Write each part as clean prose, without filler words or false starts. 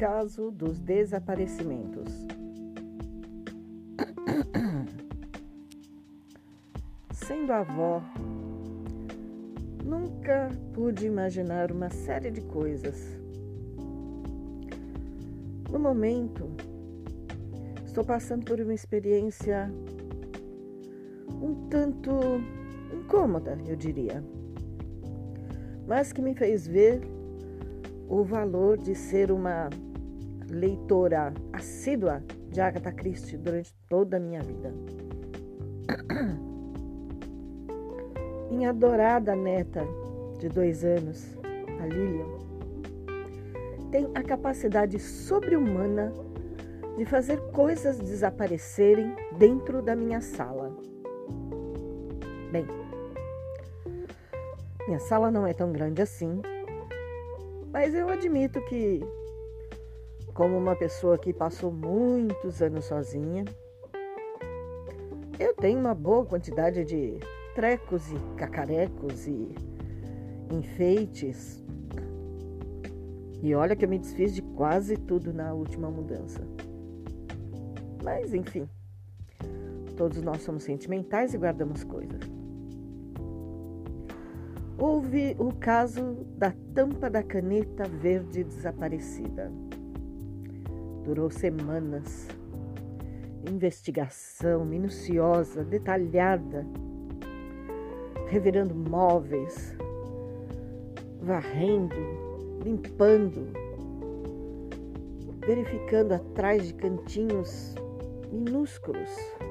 caso dos desaparecimentos. Sendo avó, nunca pude imaginar uma série de coisas. No momento, estou passando por uma experiência um tanto incômoda, eu diria, mas que me fez ver o valor de ser uma leitora assídua de Agatha Christie durante toda a minha vida. Minha adorada neta de 2 anos, a Lilian, tem a capacidade sobre-humana de fazer coisas desaparecerem dentro da minha sala. Bem, minha sala não é tão grande assim, mas eu admito que, como uma pessoa que passou muitos anos sozinha, eu tenho uma boa quantidade de trecos e cacarecos e enfeites. E olha que eu me desfiz de quase tudo na última mudança. Mas, enfim, todos nós somos sentimentais e guardamos coisas. Houve o caso da tampa da caneta verde desaparecida. Durou semanas. Investigação minuciosa, detalhada, revirando móveis, varrendo, limpando, verificando atrás de cantinhos minúsculos.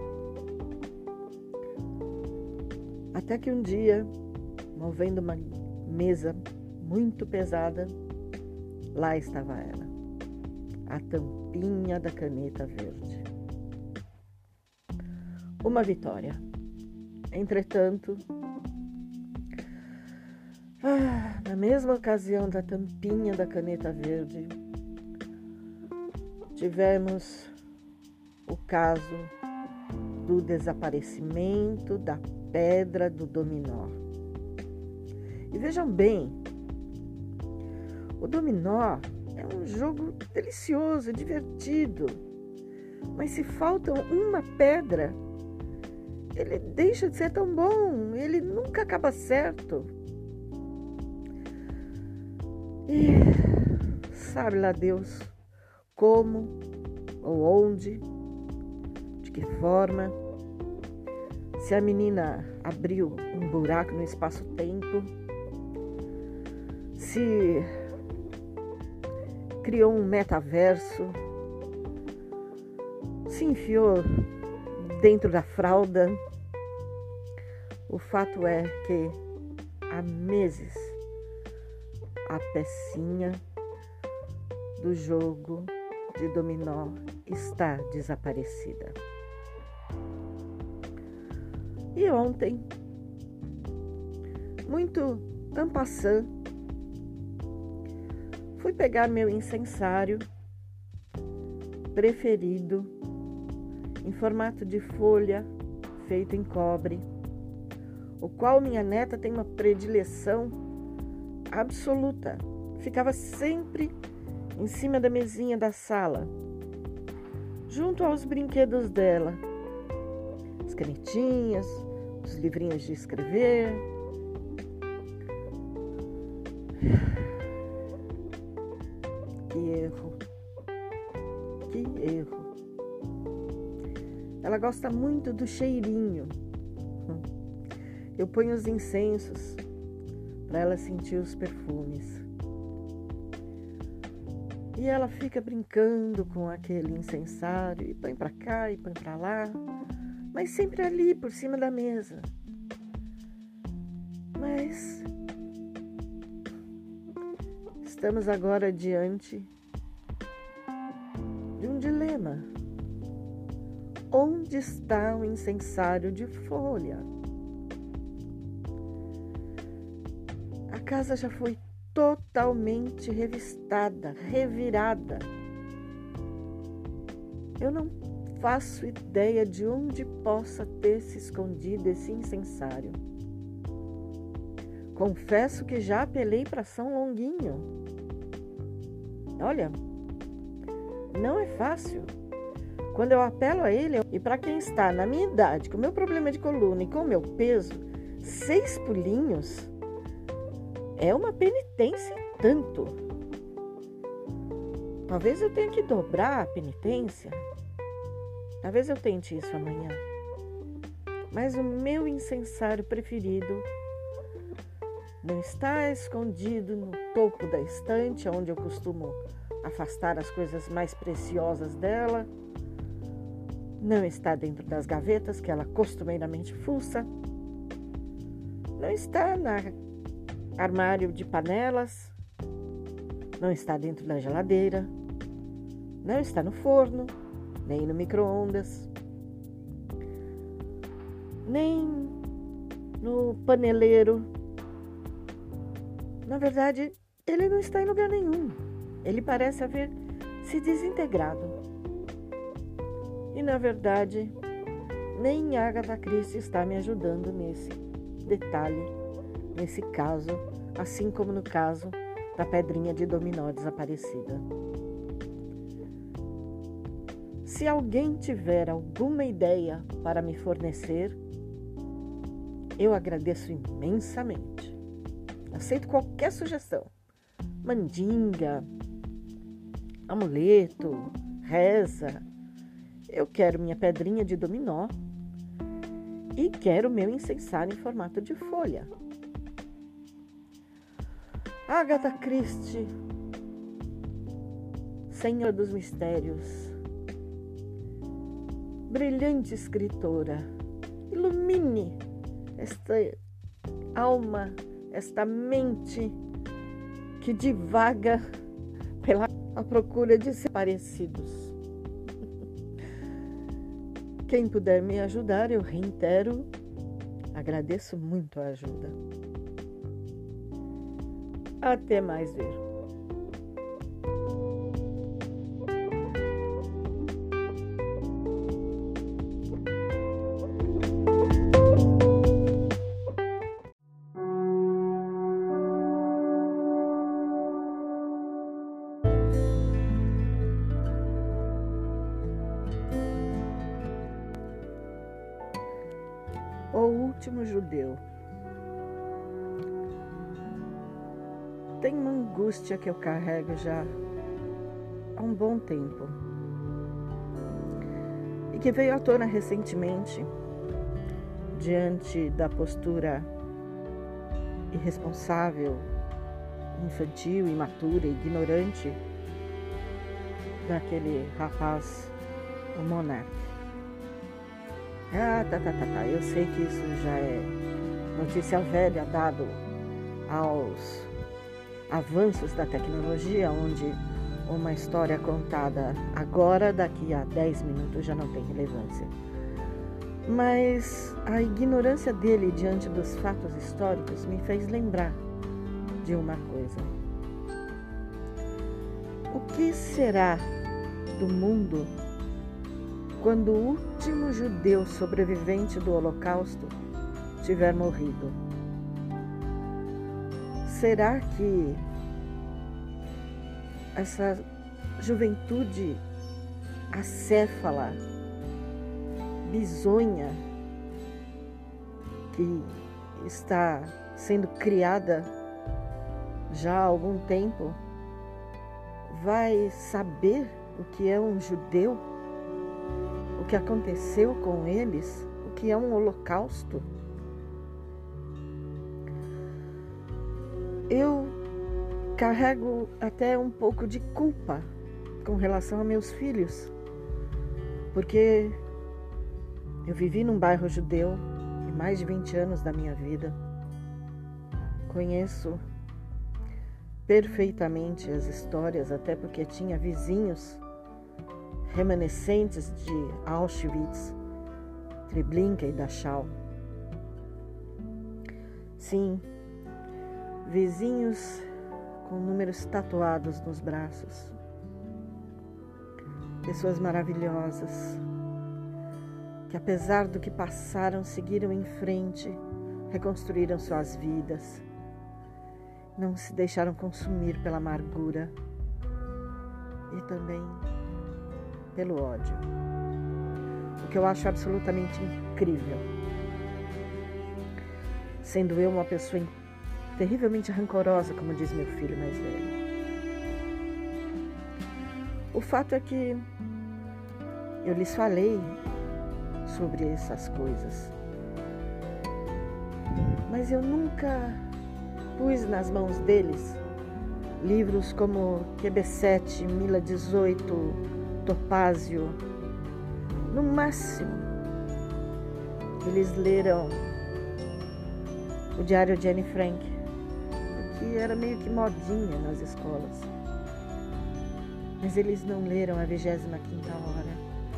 Até que um dia, movendo uma mesa muito pesada, lá estava ela, a tampinha da caneta verde. Uma vitória. Entretanto, na mesma ocasião da tampinha da caneta verde, tivemos o caso do desaparecimento da pedra do dominó. E vejam bem, o dominó é um jogo delicioso, divertido, mas se falta uma pedra, ele deixa de ser tão bom, ele nunca acaba certo. E sabe lá Deus como, ou onde, de que forma, se a menina abriu um buraco no espaço-tempo, se criou um metaverso, se enfiou dentro da fralda. O fato é que há meses a pecinha do jogo de dominó está desaparecida. E ontem, muito en passant, fui pegar meu incensário preferido em formato de folha feito em cobre, o qual minha neta tem uma predileção absoluta. Ficava sempre em cima da mesinha da sala, junto aos brinquedos dela, as canetinhas, os livrinhos de escrever. Que erro, que erro. Ela gosta muito do cheirinho. Eu ponho os incensos para ela sentir os perfumes. E ela fica brincando com aquele incensário e põe para cá e põe para lá, mas sempre ali por cima da mesa. Mas estamos agora diante de um dilema. Onde está o incensário de folha? A casa já foi totalmente revistada, revirada. Eu não faço ideia de onde possa ter se escondido esse incensário. Confesso que já apelei para São Longuinho. Olha, Não é fácil. Quando eu apelo a ele, e para quem está na minha idade, com o meu problema de coluna e com o meu peso, 6 pulinhos é uma penitência e tanto. Talvez eu tenha que dobrar a penitência. Talvez eu tente isso amanhã. Mas o meu incensário preferido não está escondido no topo da estante, onde eu costumo afastar as coisas mais preciosas dela. Não está dentro das gavetas que ela costumeiramente fuça. Não está no armário de panelas. Não está dentro da geladeira. Não está no forno, nem no micro-ondas, nem no paneleiro. Na verdade, ele não está em lugar nenhum. Ele parece haver se desintegrado. E, na verdade, nem Agatha Christie está me ajudando nesse detalhe, nesse caso, assim como no caso da pedrinha de dominó desaparecida. Se alguém tiver alguma ideia para me fornecer, eu agradeço imensamente. Aceito qualquer sugestão. Mandinga, amuleto, reza. Eu quero minha pedrinha de dominó e quero meu incensário em formato de folha. Agatha Christie, Senhora dos Mistérios, brilhante escritora, ilumine esta alma, esta mente que divaga pela procura de ser parecidos. Quem puder me ajudar, eu reitero, agradeço muito a ajuda. Até mais ver. O último judeu. Tem uma angústia que eu carrego já há um bom tempo e que veio à tona recentemente diante da postura irresponsável, infantil, imatura, ignorante daquele rapaz, o Monark. Eu sei que isso já é notícia velha dado aos avanços da tecnologia, onde uma história contada agora, daqui a 10 minutos, já não tem relevância. Mas a ignorância dele diante dos fatos históricos me fez lembrar de uma coisa. O que será do mundo quando o último judeu sobrevivente do Holocausto tiver morrido? Será que essa juventude acéfala, bizonha, que está sendo criada já há algum tempo, vai saber o que é um judeu? O que aconteceu com eles? O que é um holocausto? Eu carrego até um pouco de culpa com relação a meus filhos, porque eu vivi num bairro judeu em mais de 20 anos da minha vida. Conheço perfeitamente as histórias, até porque tinha vizinhos remanescentes de Auschwitz, Treblinka e Dachau. Sim, vizinhos com números tatuados nos braços. Pessoas maravilhosas, que apesar do que passaram, seguiram em frente, reconstruíram suas vidas, não se deixaram consumir pela amargura e também pelo ódio. O que eu acho absolutamente incrível. Sendo eu uma pessoa terrivelmente rancorosa, como diz meu filho mais velho. O fato é que eu lhes falei sobre essas coisas, mas eu nunca pus nas mãos deles livros como QB7, Mila 18, Topázio. No máximo, eles leram o Diário de Anne Frank, que era meio que modinha nas escolas. Mas eles não leram a 25ª Hora,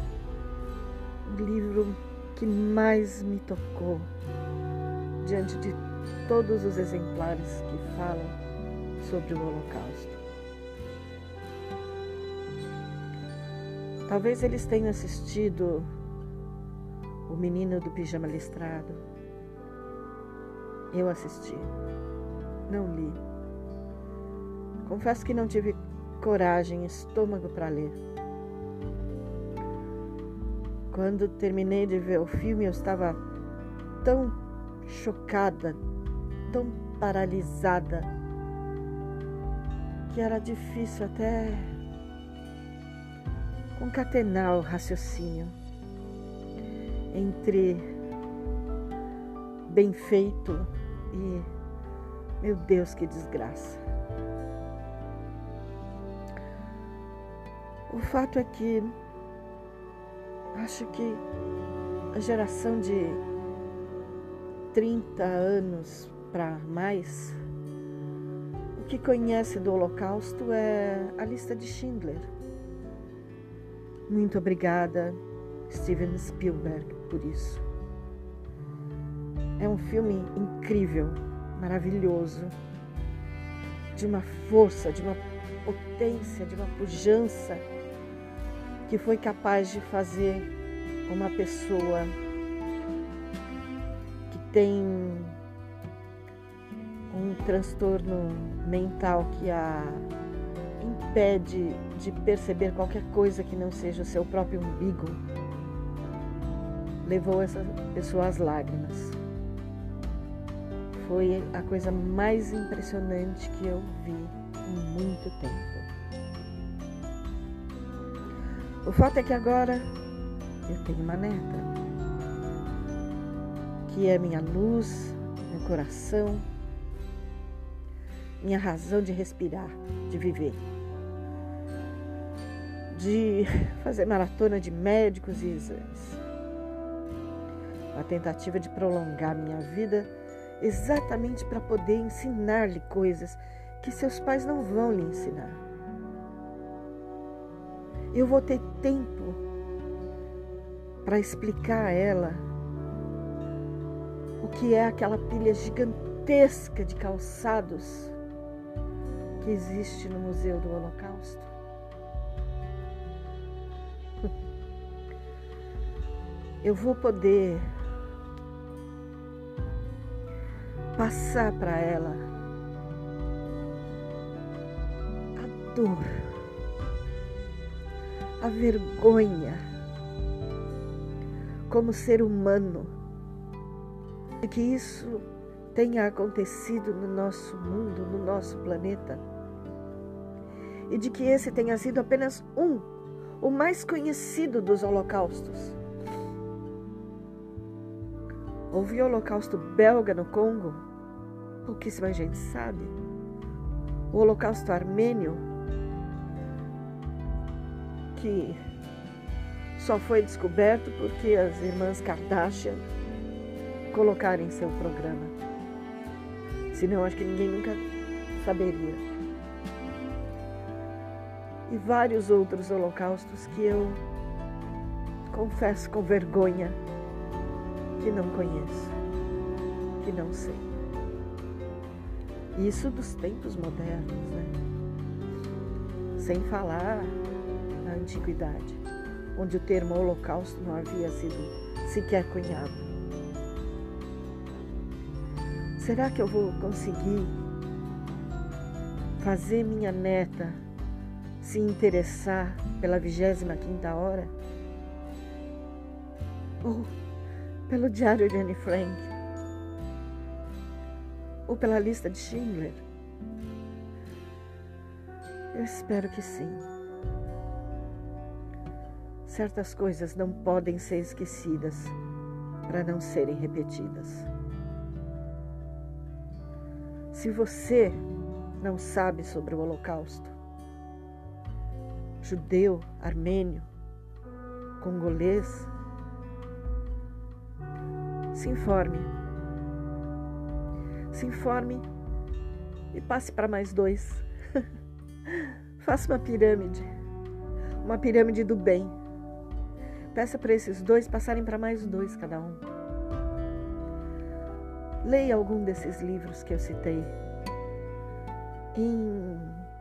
o livro que mais me tocou diante de todos os exemplares que falam sobre o Holocausto. Talvez eles tenham assistido O Menino do Pijama Listrado. Eu assisti, não li. Confesso que não tive coragem, estômago para ler. Quando terminei de ver o filme, eu estava tão chocada, tão paralisada, que era difícil até concatenar o raciocínio entre bem feito e, meu Deus, que desgraça. O fato é que acho que a geração de 30 anos para mais, o que conhece do Holocausto é a Lista de Schindler. Muito obrigada, Steven Spielberg, por isso. É um filme incrível, maravilhoso, de uma força, de uma potência, de uma pujança, que foi capaz de fazer uma pessoa que tem um transtorno mental que a impede de perceber qualquer coisa que não seja o seu próprio umbigo, levou essa pessoa às lágrimas. Foi a coisa mais impressionante que eu vi em muito tempo. O fato é que agora eu tenho uma neta, que é minha luz, meu coração, minha razão de respirar, de viver, de fazer maratona de médicos e exames. Uma tentativa de prolongar minha vida exatamente para poder ensinar-lhe coisas que seus pais não vão lhe ensinar. Eu vou ter tempo para explicar a ela o que é aquela pilha gigantesca de calçados que existe no Museu do Holocausto. Eu vou poder passar para ela a dor, a vergonha como ser humano de que isso tenha acontecido no nosso mundo, no nosso planeta, e de que esse tenha sido apenas o mais conhecido dos holocaustos. Houve o holocausto belga no Congo, pouquíssima gente sabe. O holocausto armênio, que só foi descoberto porque as irmãs Kardashian colocaram em seu programa. Senão, acho que ninguém nunca saberia. E vários outros holocaustos que eu confesso com vergonha que não conheço, que não sei. Isso dos tempos modernos, né? Sem falar na antiguidade, onde o termo holocausto não havia sido sequer cunhado. Será que eu vou conseguir fazer minha neta se interessar pela 25ª hora? Ou pelo Diário de Anne Frank? Ou pela Lista de Schindler? Eu espero que sim. Certas coisas não podem ser esquecidas para não serem repetidas. Se você não sabe sobre o Holocausto, judeu, armênio, congolês, se informe. Se informe e passe para mais 2. Faça uma pirâmide do bem. Peça para esses 2 passarem para mais 2 cada um. Leia algum desses livros que eu citei. Em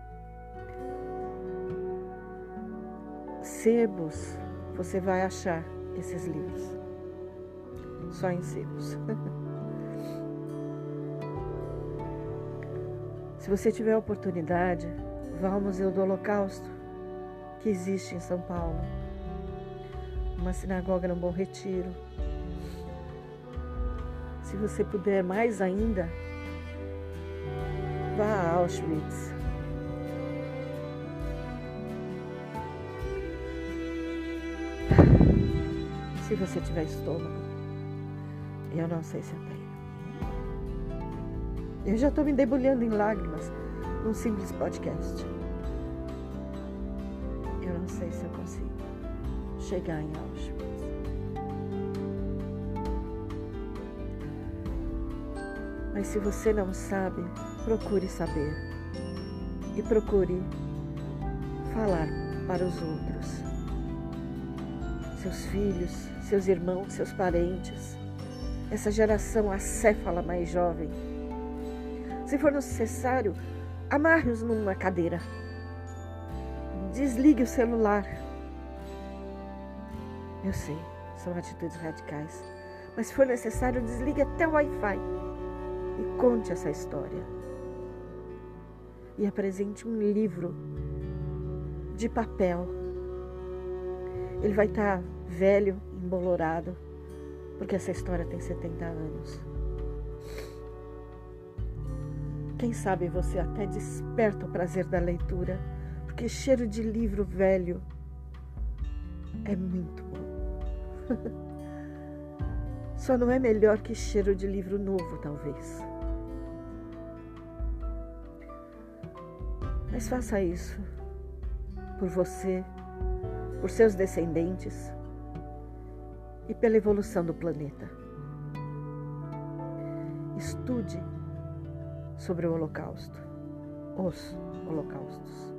sebos, você vai achar esses livros. Só em sebos. Se você tiver a oportunidade, vá ao Museu do Holocausto, que existe em São Paulo. Uma sinagoga no Bom Retiro. Se você puder mais ainda, vá a Auschwitz. Se você tiver estômago, eu não sei se eu tenho. Eu já estou me debulhando em lágrimas num simples podcast. Eu não sei se eu consigo chegar em Auschwitz. Mas se você não sabe, procure saber. E procure falar para os outros. Seus filhos, seus irmãos, seus parentes. Essa geração acéfala mais jovem. Se for necessário, amarre-os numa cadeira. Desligue o celular. Eu sei, são atitudes radicais. Mas se for necessário, desligue até o Wi-Fi. E conte essa história. E apresente um livro de papel. Ele vai estar velho, embolorado, porque essa história tem 70 anos. Quem sabe você até desperta o prazer da leitura, porque cheiro de livro velho é muito bom. Só não é melhor que cheiro de livro novo, talvez. Mas faça isso por você, por seus descendentes e pela evolução do planeta. Estude sobre o Holocausto, os Holocaustos.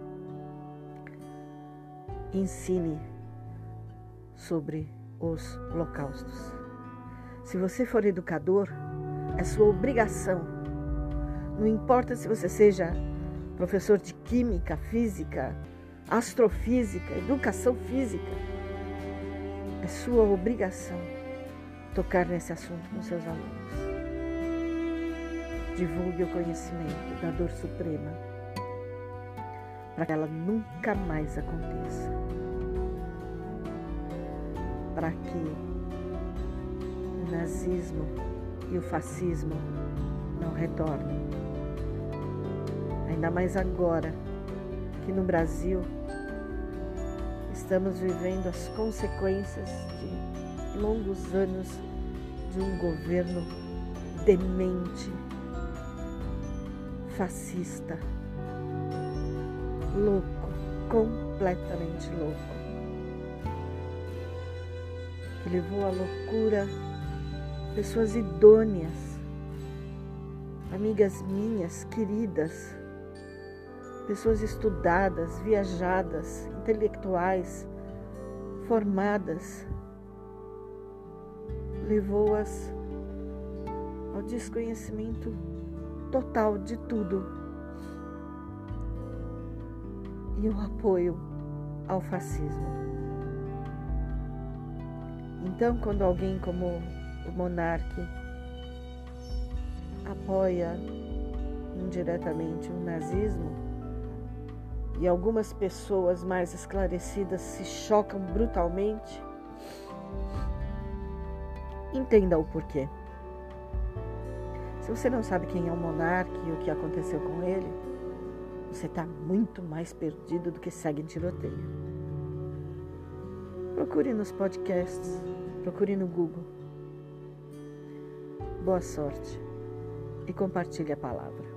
Ensine sobre os Holocaustos. Se você for educador, é sua obrigação. Não importa se você seja professor de química, física, astrofísica, educação física. É sua obrigação tocar nesse assunto com seus alunos. Divulgue o conhecimento da dor suprema para que ela nunca mais aconteça. Para que o nazismo e o fascismo não retornem. Ainda mais agora que no Brasil estamos vivendo as consequências de longos anos de um governo demente, fascista, louco, completamente louco, que levou à loucura pessoas idôneas, amigas minhas, queridas, pessoas estudadas, viajadas, intelectuais, formadas, levou-as ao desconhecimento total de tudo e o apoio ao fascismo. Então, quando alguém como o monarca apoia indiretamente o nazismo, e algumas pessoas mais esclarecidas se chocam brutalmente, entenda o porquê. Se você não sabe quem é o monarca e o que aconteceu com ele, você está muito mais perdido do que segue em tiroteio. Procure nos podcasts, procure no Google. Boa sorte e compartilhe a palavra.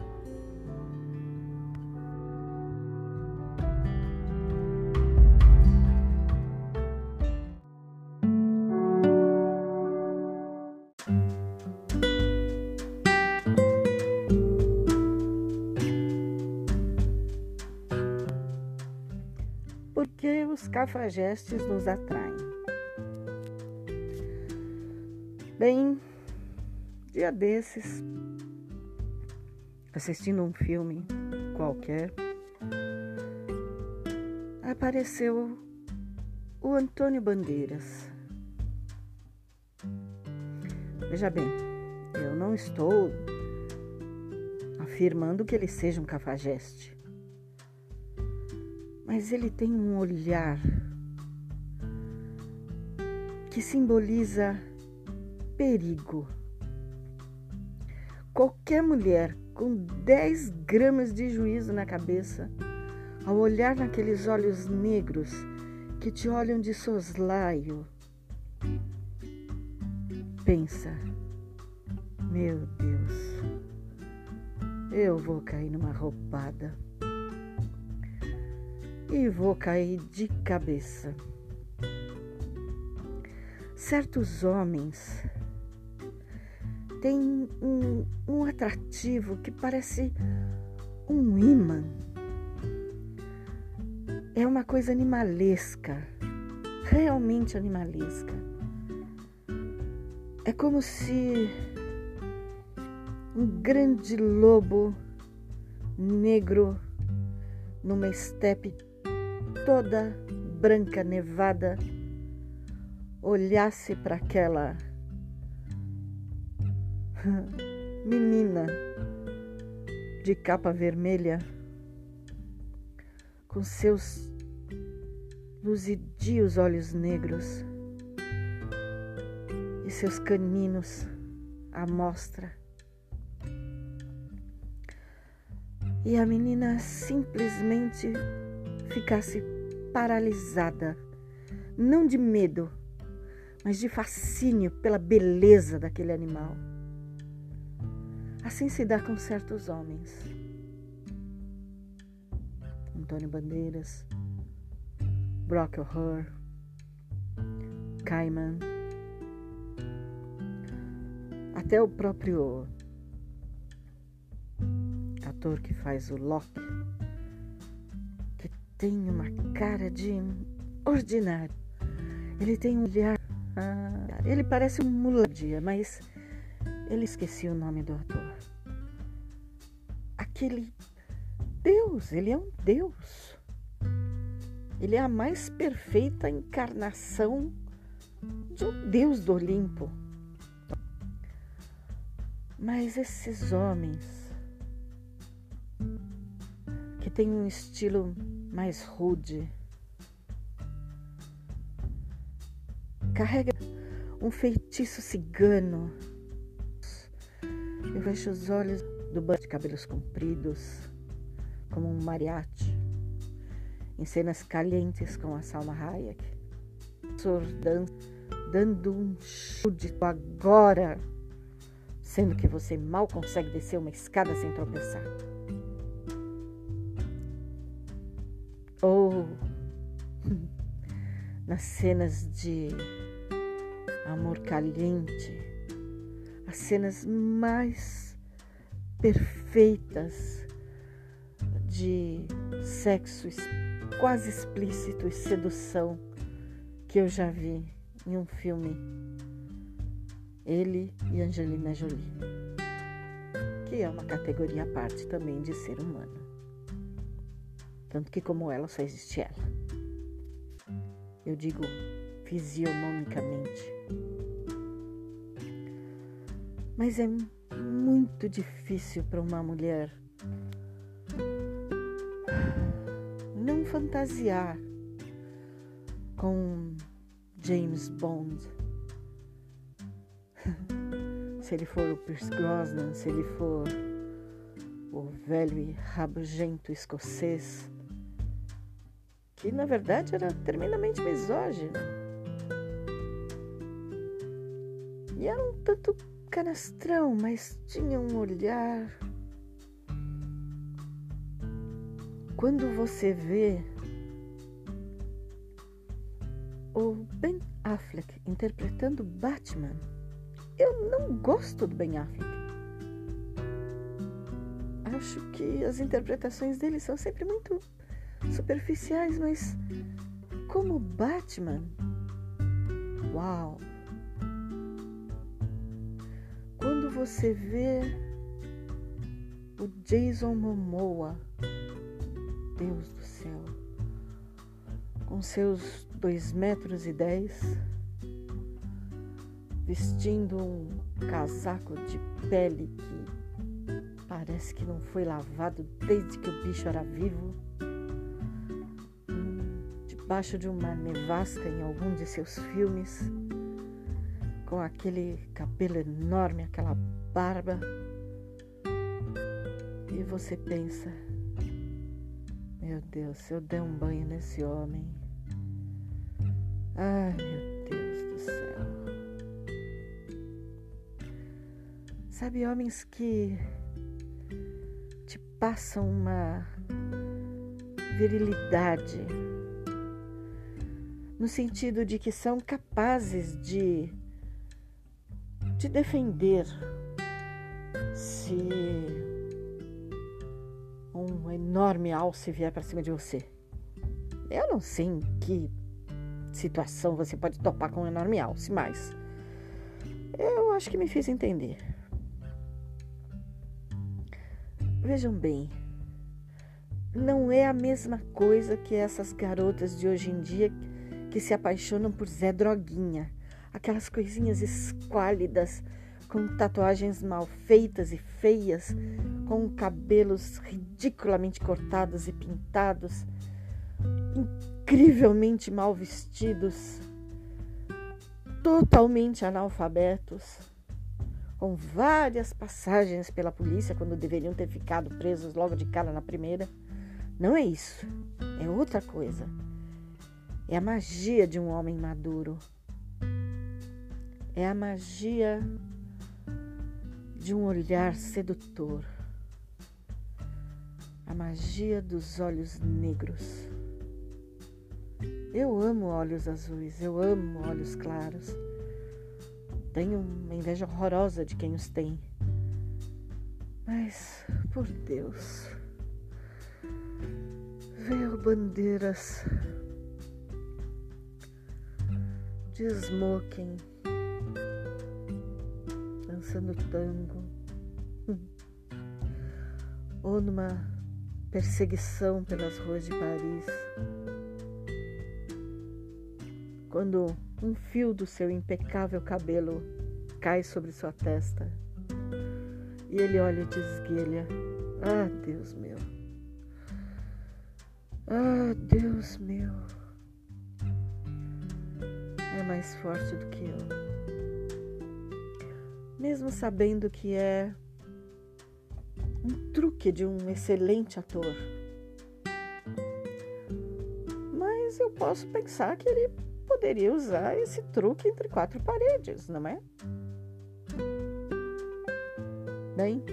Por que os cafajestes nos atraem? Bem, dia desses, assistindo um filme qualquer, apareceu o Antônio Bandeiras. Veja bem, eu não estou afirmando que ele seja um cafajeste, mas ele tem um olhar que simboliza perigo. Qualquer mulher com 10 gramas de juízo na cabeça, ao olhar naqueles olhos negros que te olham de soslaio, pensa: meu Deus, eu vou cair numa roubada. E vou cair de cabeça. Certos homens têm um atrativo que parece um imã. É uma coisa animalesca, realmente animalesca. É como se um grande lobo negro numa estepe toda branca, nevada, olhasse para aquela menina de capa vermelha com seus luzidios olhos negros e seus caninos à mostra. E a menina simplesmente ficasse paralisada, não de medo, mas de fascínio pela beleza daquele animal. Assim se dá com certos homens. Antônio Bandeiras, Brock O'Hare, Cayman, até o próprio ator que faz o Loki, tem uma cara de ordinário. Ele tem um olhar... ele parece um muladia, mas ele esqueci o nome do ator. Aquele Deus, ele é um Deus. Ele é a mais perfeita encarnação de um Deus do Olimpo. Mas esses homens que têm um estilo mais rude, carrega um feitiço cigano. Eu vejo os olhos do bando de cabelos compridos, como um mariachi, em cenas calientes com a Salma Hayek, dando um chute agora, sendo que você mal consegue descer uma escada sem tropeçar. Ou nas cenas de amor caliente, as cenas mais perfeitas de sexo quase explícito e sedução que eu já vi em um filme. Ele e Angelina Jolie, que é uma categoria à parte também de ser humano. Tanto que como ela só existe ela. Eu digo fisionomicamente. Mas é muito difícil para uma mulher não fantasiar com James Bond. Se ele for o Pierce Brosnan, se ele for o velho e rabugento escocês, que na verdade era tremendamente misógino. E era um tanto canastrão, mas tinha um olhar. Quando você vê o Ben Affleck interpretando Batman, eu não gosto do Ben Affleck. Acho que as interpretações dele são sempre muito superficiais, mas como Batman, uau! Quando você vê o Jason Momoa, Deus do céu, com seus 2,10 metros, vestindo um casaco de pele que parece que não foi lavado desde que o bicho era vivo, debaixo de uma nevasca em algum de seus filmes, com aquele cabelo enorme, aquela barba, e você pensa, meu Deus, se eu der um banho nesse homem, ai meu Deus do céu. Sabe, homens que te passam uma virilidade, no sentido de que são capazes de defender se um enorme alce vier para cima de você. Eu não sei em que situação você pode topar com um enorme alce, mas eu acho que me fiz entender. Vejam bem, não é a mesma coisa que essas garotas de hoje em dia que se apaixonam por Zé Droguinha. Aquelas coisinhas esquálidas, com tatuagens mal feitas e feias, com cabelos ridiculamente cortados e pintados, incrivelmente mal vestidos, totalmente analfabetos, com várias passagens pela polícia quando deveriam ter ficado presos logo de cara na primeira. Não é isso, é outra coisa. É a magia de um homem maduro. É a magia de um olhar sedutor. A magia dos olhos negros. Eu amo olhos azuis, eu amo olhos claros. Tenho uma inveja horrorosa de quem os tem. Mas, por Deus, ver bandeiras de smoking, dançando tango, ou numa perseguição pelas ruas de Paris, quando um fio do seu impecável cabelo cai sobre sua testa e ele olha e te esguelha. Ah, Deus meu! Ah, Deus meu! É mais forte do que eu. Mesmo sabendo que é um truque de um excelente ator. Mas eu posso pensar que ele poderia usar esse truque entre quatro paredes, não é? Bem,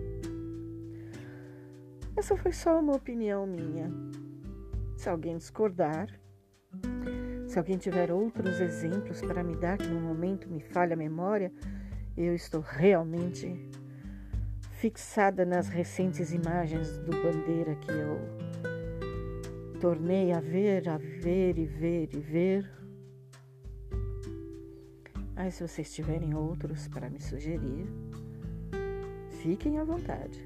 essa foi só uma opinião minha. Se alguém discordar, se alguém tiver outros exemplos para me dar que no momento me falha a memória, eu estou realmente fixada nas recentes imagens do Bandeira que eu tornei a ver. Mas se vocês tiverem outros para me sugerir, fiquem à vontade.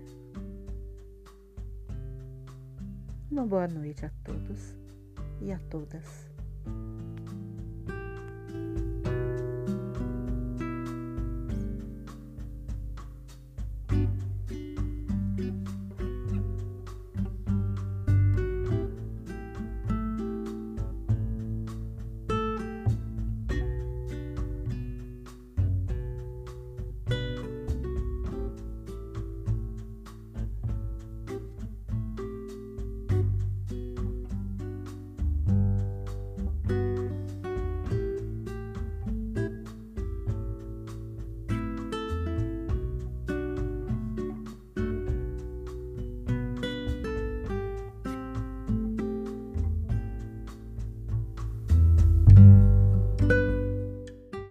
Uma boa noite a todos e a todas.